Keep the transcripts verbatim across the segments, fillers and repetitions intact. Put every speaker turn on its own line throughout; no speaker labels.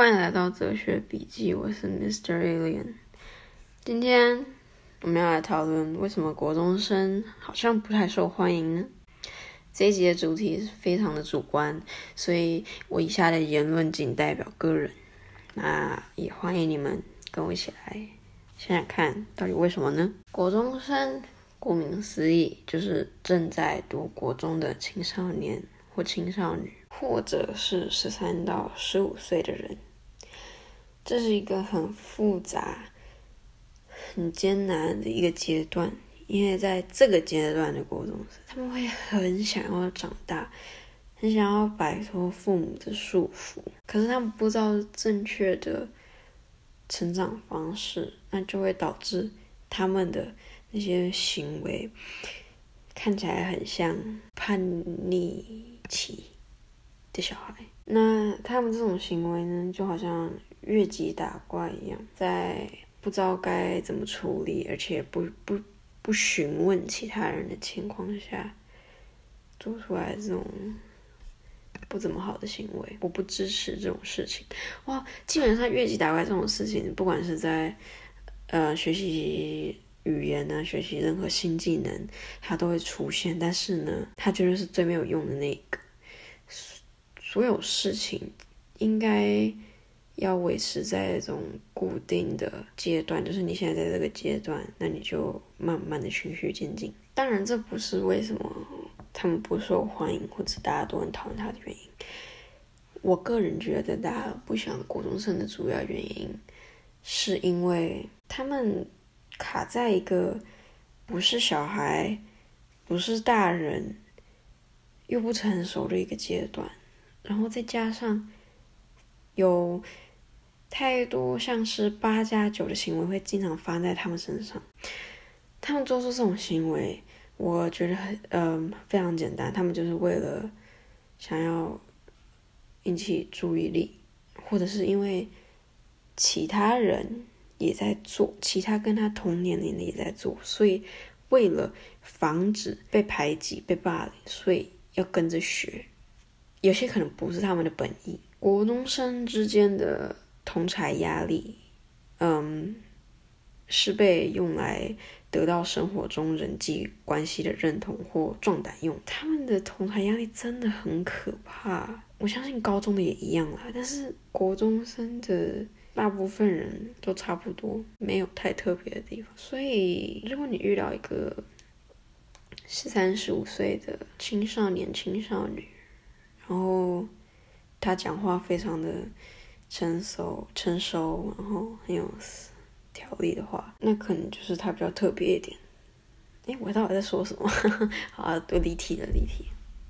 欢迎来到哲学笔记，我是 Mister Alien。今天我们要来讨论为什么国中生好像不太受欢迎呢？这一集的主题是非常的主观，所以我以下的言论仅代表个人。那也欢迎你们跟我一起来想想看，到底为什么呢？国中生顾名思义就是正在读国中的青少年或青少女，或者是十三到十五岁的人。这是一个很复杂、很艰难的一个阶段，因为在这个阶段的国中生，他们会很想要长大，很想要摆脱父母的束缚，可是他们不知道正确的成长方式，那就会导致他们的那些行为看起来很像叛逆期的小孩。那他们这种行为呢，就好像越级打怪一样，在不知道该怎么处理，而且不不不询问其他人的情况下做出来这种不怎么好的行为，我不支持这种事情。哇，基本上越级打怪这种事情，不管是在呃学习语言啊，学习任何新技能，它都会出现，但是呢，它绝对是最没有用的那一个。所有事情应该要维持在这种固定的阶段，就是你现在在这个阶段，那你就慢慢的循序渐进。当然这不是为什么他们不受欢迎或者大家都很讨厌他的原因。我个人觉得大家不喜欢国中生的主要原因是因为他们卡在一个不是小孩不是大人又不成熟的一个阶段，然后再加上有太多像是八加九的行为会经常发生在他们身上。他们做出这种行为，我觉得很呃非常简单，他们就是为了想要引起注意力，或者是因为其他人也在做，其他跟他同年龄的也在做，所以为了防止被排挤被霸凌，所以要跟着学。有些可能不是他们的本意。国中生之间的同侪压力嗯，是被用来得到生活中人际关系的认同或壮胆用。他们的同侪压力真的很可怕，我相信高中的也一样啦，但是国中生的大部分人都差不多，没有太特别的地方。所以如果你遇到一个十三十五岁的青少年青少女，然后他讲话非常的成熟成熟然后很有条理的话，那可能就是他比较特别一点。诶，我到底在说什么？好啊，都离题了离题。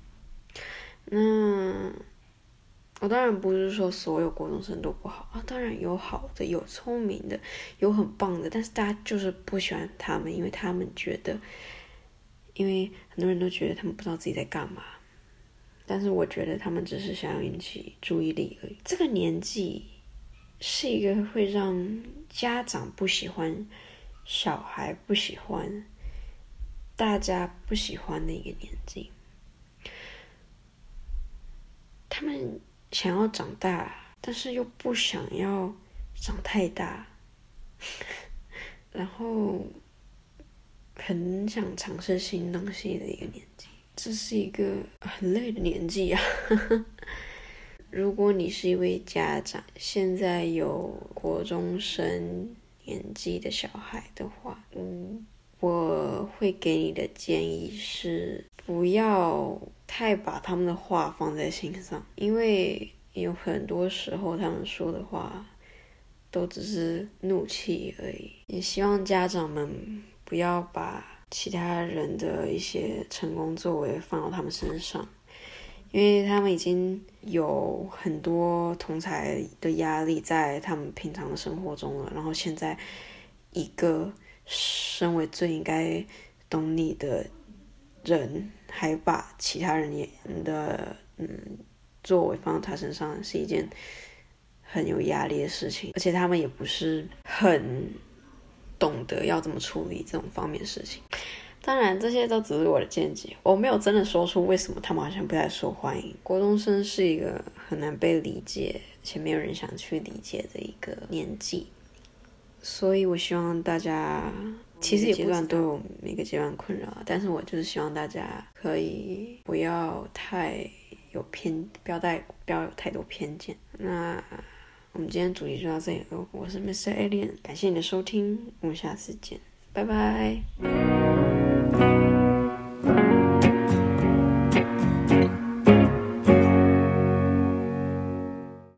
那我当然不是说所有国中生都不好啊，当然有好的有聪明的有很棒的，但是大家就是不喜欢他们，因为他们觉得因为很多人都觉得他们不知道自己在干嘛，但是我觉得他们只是想要引起注意力而已。这个年纪是一个会让家长不喜欢，小孩不喜欢，大家不喜欢的一个年纪。他们想要长大，但是又不想要长太大，然后很想尝试新东西的一个年纪。这是一个很累的年纪啊。如果你是一位家长，现在有国中生年纪的小孩的话，嗯，我会给你的建议是不要太把他们的话放在心上，因为有很多时候他们说的话都只是怒气而已。也希望家长们不要把其他人的一些成功作为放到他们身上，因为他们已经有很多同侪的压力在他们平常的生活中了，然后现在一个身为最应该懂你的人还把其他人的嗯作为放到他身上，是一件很有压力的事情，而且他们也不是很懂得要怎么处理这种方面的事情。 当然这些都只是我的见解，我没有真的说出为什么他们好像不太受欢迎。国中生是一个很难被理解且没有人想去理解的一个年纪，所以我希望大家其实也阶段都有每个阶段困扰，但是我就是希望大家可以不要太有偏，不要带不要有太多偏见。那我们今天主题就到这里了，我是 Mister Alien， 感谢你的收听，我们下次见，拜拜。